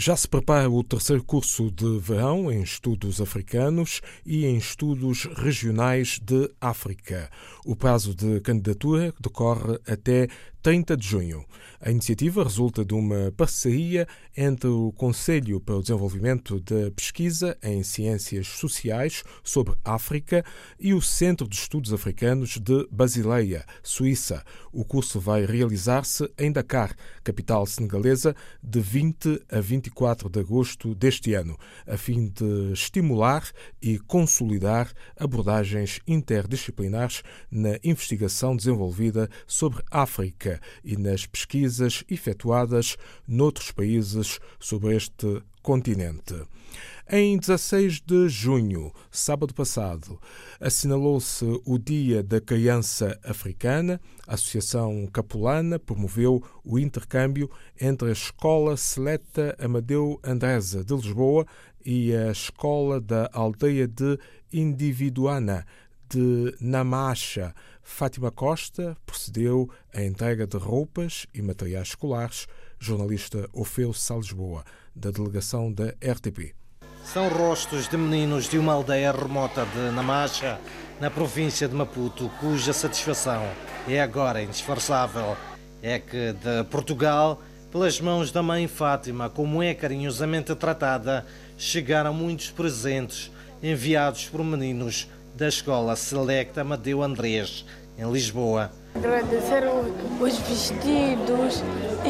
Já se prepara o terceiro curso de verão em estudos africanos e em estudos regionais de África. O prazo de candidatura decorre até 30 de junho. A iniciativa resulta de uma parceria entre o Conselho para o Desenvolvimento da Pesquisa em Ciências Sociais sobre África e o Centro de Estudos Africanos de Basileia, Suíça. O curso vai realizar-se em Dakar, capital senegalesa, de 20 a 24 de agosto deste ano, a fim de estimular e consolidar abordagens interdisciplinares na investigação desenvolvida sobre África e nas pesquisas efetuadas noutros países sobre este continente. Em 16 de junho, sábado passado, assinalou-se o Dia da Criança Africana. A Associação Capulana promoveu o intercâmbio entre a Escola Seleta Amadeu Andresa de Lisboa e a Escola da Aldeia de Individuana de Namacha. Fátima Costa procedeu à entrega de roupas e materiais escolares. Jornalista Ofeu Salisboa, da delegação da RTP. São rostos de meninos de uma aldeia remota de Namacha, na província de Maputo, cuja satisfação é agora indisfarçável. É que de Portugal, pelas mãos da mãe Fátima, como é carinhosamente tratada, chegaram muitos presentes enviados por meninos da Escola Seleta Amadeu Andrés, em Lisboa. Agradecer os vestidos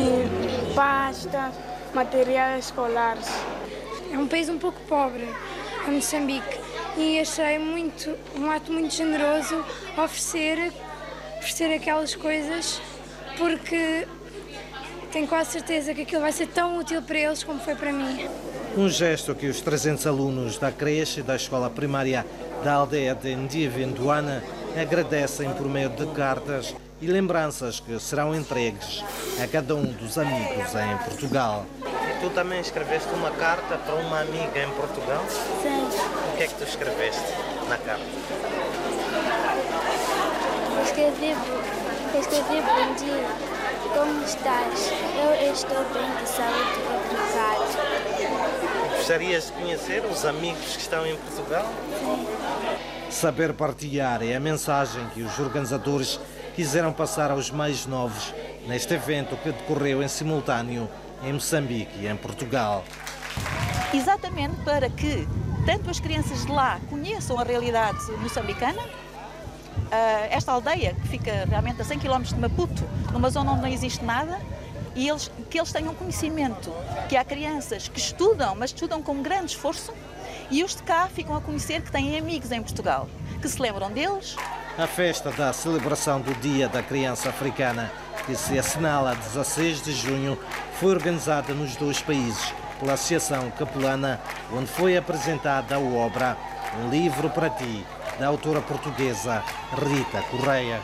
e pastas, materiais escolares. É um país um pouco pobre, a Moçambique, e achei um ato muito generoso oferecer aquelas coisas, porque tenho quase certeza que aquilo vai ser tão útil para eles como foi para mim. Um gesto que os 300 alunos da creche e da escola primária da aldeia de Ndivenduana agradecem por meio de cartas e lembranças que serão entregues a cada um dos amigos em Portugal. E tu também escreveste uma carta para uma amiga em Portugal? Sim. O que é que tu escreveste na carta? Escrevi bom dia. Como estás? Eu estou bem, de saúde, obrigado. Gostarias de conhecer os amigos que estão em Portugal? Sim. Saber partilhar é a mensagem que os organizadores quiseram passar aos mais novos neste evento que decorreu em simultâneo em Moçambique e em Portugal. Exatamente para que tanto as crianças de lá conheçam a realidade moçambicana, esta aldeia que fica realmente a 100 km de Maputo, numa zona onde não existe nada, e que eles tenham conhecimento que há crianças que estudam, mas estudam com grande esforço, e os de cá ficam a conhecer que têm amigos em Portugal, que se lembram deles. A festa da celebração do Dia da Criança Africana, que se assinala a 16 de junho, foi organizada nos dois países pela Associação Capulana, onde foi apresentada a obra Um Livro para Ti, da autora portuguesa Rita Correia.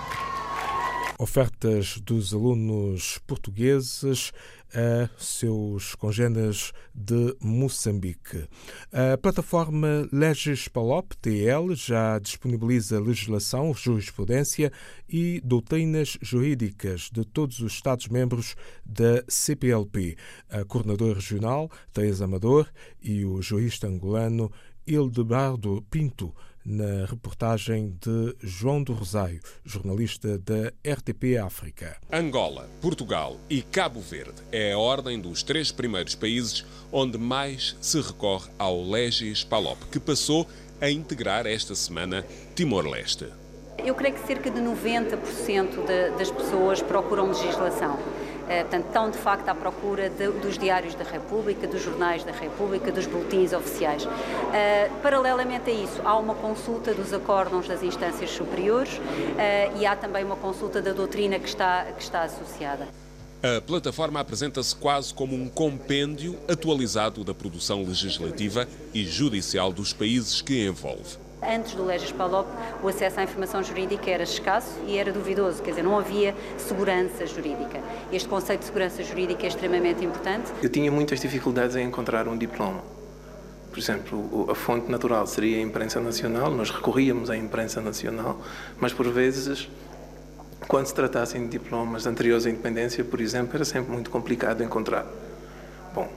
Ofertas dos alunos portugueses a seus congêneres de Moçambique. A plataforma Legis Palop, TL, já disponibiliza legislação, jurisprudência e doutrinas jurídicas de todos os Estados-membros da CPLP. A coordenadora regional, Teresa Amador, e o jurista angolano Hildebardo Pinto, na reportagem de João do Rosário, jornalista da RTP África. Angola, Portugal e Cabo Verde é a ordem dos 3 primeiros países onde mais se recorre ao Legis Palop, que passou a integrar esta semana Timor-Leste. Eu creio que cerca de 90% das pessoas procuram legislação. Portanto, estão de facto à procura dos diários da República, dos jornais da República, dos boletins oficiais. Paralelamente a isso, há uma consulta dos acórdãos das instâncias superiores e há também uma consulta da doutrina que está associada. A plataforma apresenta-se quase como um compêndio atualizado da produção legislativa e judicial dos países que envolve. Antes do Legis Palop, o acesso à informação jurídica era escasso e era duvidoso, quer dizer, não havia segurança jurídica. Este conceito de segurança jurídica é extremamente importante. Eu tinha muitas dificuldades em encontrar um diploma. Por exemplo, a fonte natural seria a imprensa nacional, nós recorríamos à imprensa nacional, mas por vezes, quando se tratassem de diplomas anteriores à independência, por exemplo, era sempre muito complicado encontrar. Bom,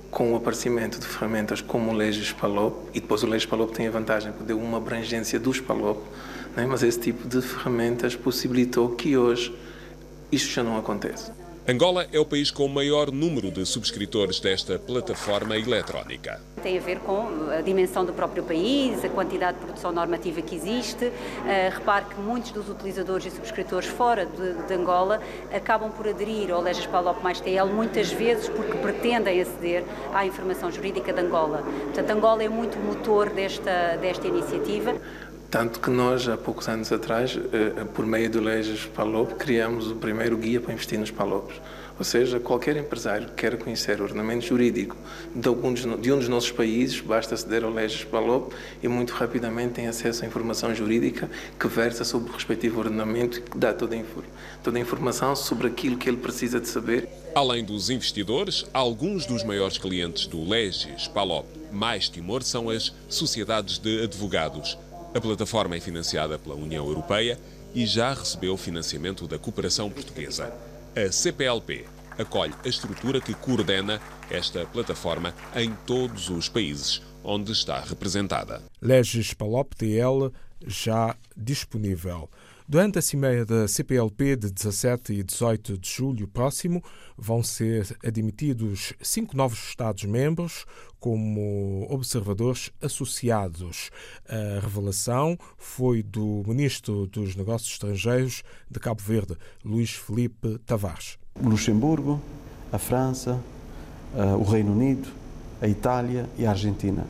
com o aparecimento de ferramentas como o Legis Palop, e depois o Legis Palop tem a vantagem de deu uma abrangência dos Palop, né? Mas esse tipo de ferramentas possibilitou que hoje isto já não acontece. Angola é o país com o maior número de subscritores desta plataforma eletrónica. Tem a ver com a dimensão do próprio país, a quantidade de produção normativa que existe. Repare que muitos dos utilizadores e subscritores fora de Angola acabam por aderir ao Legis Palop mais TL muitas vezes porque pretendem aceder à informação jurídica de Angola. Portanto, Angola é muito motor desta iniciativa. Tanto que nós, há poucos anos atrás, por meio do Legis Palop, criamos o primeiro guia para investir nos Palops. Ou seja, qualquer empresário que queira conhecer o ordenamento jurídico de um dos nossos países, basta aceder ao Legis Palop e muito rapidamente tem acesso à informação jurídica que versa sobre o respectivo ordenamento e que dá toda a informação sobre aquilo que ele precisa de saber. Além dos investidores, alguns dos maiores clientes do Legis Palop mais Timor são as sociedades de advogados. A plataforma é financiada pela União Europeia e já recebeu financiamento da cooperação portuguesa. A CPLP acolhe a estrutura que coordena esta plataforma em todos os países onde está representada. Legis Palop TL já disponível. Durante a cimeira da CPLP de 17 e 18 de julho próximo, vão ser admitidos 5 novos Estados-membros como observadores associados. A revelação foi do Ministro dos Negócios Estrangeiros de Cabo Verde, Luís Filipe Tavares. O Luxemburgo, a França, o Reino Unido, a Itália e a Argentina.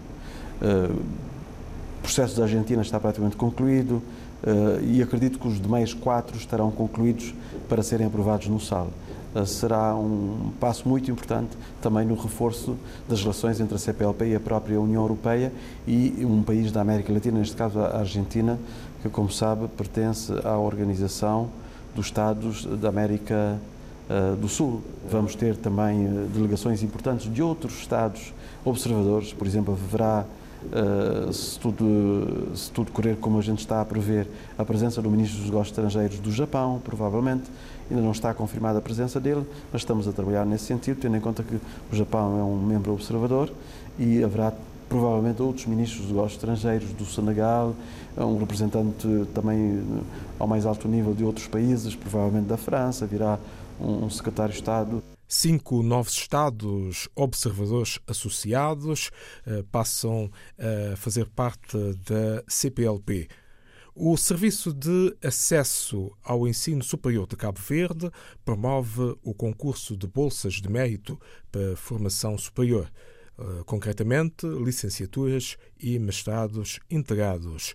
O processo da Argentina está praticamente concluído. E acredito que os demais 4 estarão concluídos para serem aprovados no SAL. Será um passo muito importante também no reforço das relações entre a CPLP e a própria União Europeia e um país da América Latina, neste caso a Argentina, que, como sabe, pertence à Organização dos Estados da América do Sul. Vamos ter também delegações importantes de outros Estados observadores, por exemplo, haverá, se tudo correr como a gente está a prever, a presença do Ministro dos Negócios Estrangeiros do Japão, provavelmente. Ainda não está confirmada a presença dele, mas estamos a trabalhar nesse sentido, tendo em conta que o Japão é um membro observador e haverá provavelmente outros Ministros dos Negócios Estrangeiros do Senegal, um representante também ao mais alto nível de outros países, provavelmente da França, virá um Secretário de Estado. 5 novos Estados observadores associados passam a fazer parte da CPLP. O Serviço de Acesso ao Ensino Superior de Cabo Verde promove o concurso de bolsas de mérito para formação superior, concretamente licenciaturas e mestrados integrados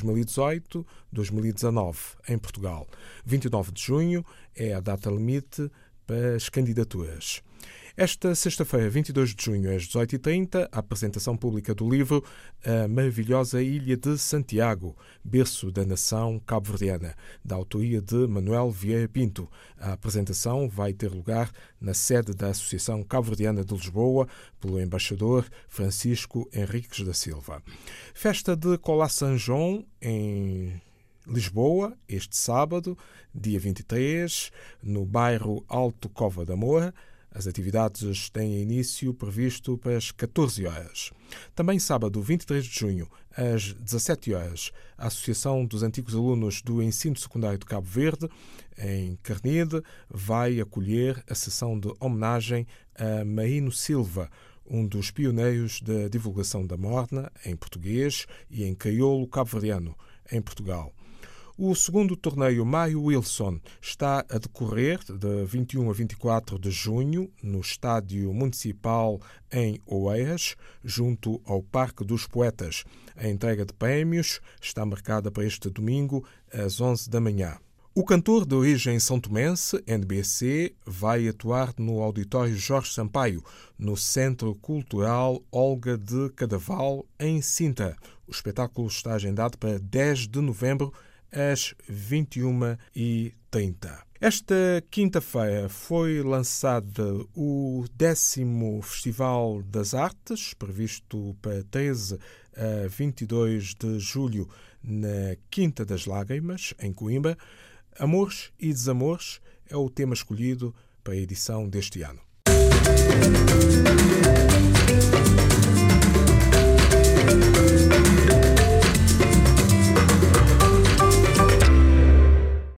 2018-2019 em Portugal. 29 de junho é a data limite para as candidaturas. Esta sexta-feira, 22 de junho, às 18h30, a apresentação pública do livro A Maravilhosa Ilha de Santiago, berço da nação cabo-verdiana, da autoria de Manuel Vieira Pinto. A apresentação vai ter lugar na sede da Associação Cabo-Verdiana de Lisboa, pelo embaixador Francisco Henriques da Silva. Festa de Colá São João, em Lisboa, este sábado, dia 23, no bairro Alto Cova da Moura. As atividades têm início previsto para as 14 horas. Também sábado, 23 de junho, às 17 horas, a Associação dos Antigos Alunos do Ensino Secundário de Cabo Verde, em Carnide, vai acolher a sessão de homenagem a Maíno Silva, um dos pioneiros da divulgação da morna em português e em crioulo cabo-verdiano, em Portugal. O segundo torneio Mário Wilson está a decorrer de 21 a 24 de junho no Estádio Municipal em Oeiras, junto ao Parque dos Poetas. A entrega de prémios está marcada para este domingo às 11 da manhã. O cantor de origem são-tomense, NBC, vai atuar no Auditório Jorge Sampaio, no Centro Cultural Olga de Cadaval, em Sintra. O espetáculo está agendado para 10 de novembro, às 21h30. Esta quinta-feira foi lançado o 10º Festival das Artes, previsto para 13 a 22 de julho na Quinta das Lágrimas, em Coimbra. Amores e desamores é o tema escolhido para a edição deste ano.